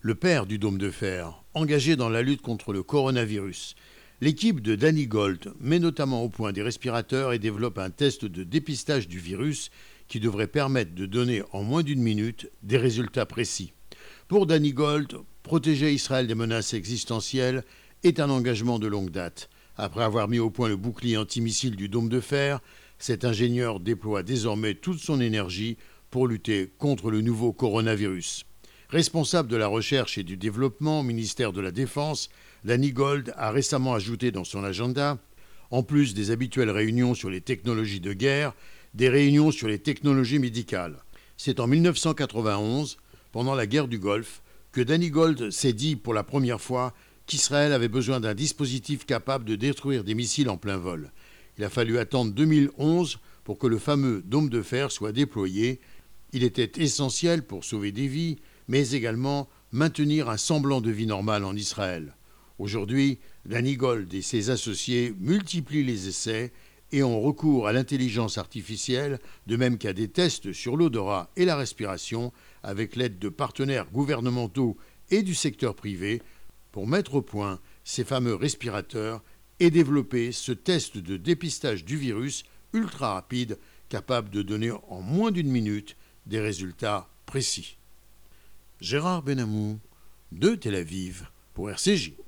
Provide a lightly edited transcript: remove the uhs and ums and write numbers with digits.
le père du dôme de fer, engagé dans la lutte contre le coronavirus. L'équipe de Danny Gold met notamment au point des respirateurs et développe un test de dépistage du virus qui devrait permettre de donner en moins d'une minute des résultats précis. Pour Danny Gold, protéger Israël des menaces existentielles est un engagement de longue date. Après avoir mis au point le bouclier antimissile du dôme de fer, cet ingénieur déploie désormais toute son énergie pour lutter contre le nouveau coronavirus. Responsable de la recherche et du développement au ministère de la Défense, Danny Gold a récemment ajouté dans son agenda, en plus des habituelles réunions sur les technologies de guerre, des réunions sur les technologies médicales. C'est en 1991, pendant la guerre du Golfe, que Danny Gold s'est dit pour la première fois qu'Israël avait besoin d'un dispositif capable de détruire des missiles en plein vol. Il a fallu attendre 2011 pour que le fameux dôme de fer soit déployé. Il était essentiel pour sauver des vies, mais également maintenir un semblant de vie normale en Israël. Aujourd'hui, Danny Gold et ses associés multiplient les essais et ont recours à l'intelligence artificielle, de même qu'à des tests sur l'odorat et la respiration, avec l'aide de partenaires gouvernementaux et du secteur privé, pour mettre au point ces fameux respirateurs et développer ce test de dépistage du virus ultra rapide, capable de donner en moins d'une minute des résultats précis. Gérard Benamou, de Tel Aviv, pour RCJ.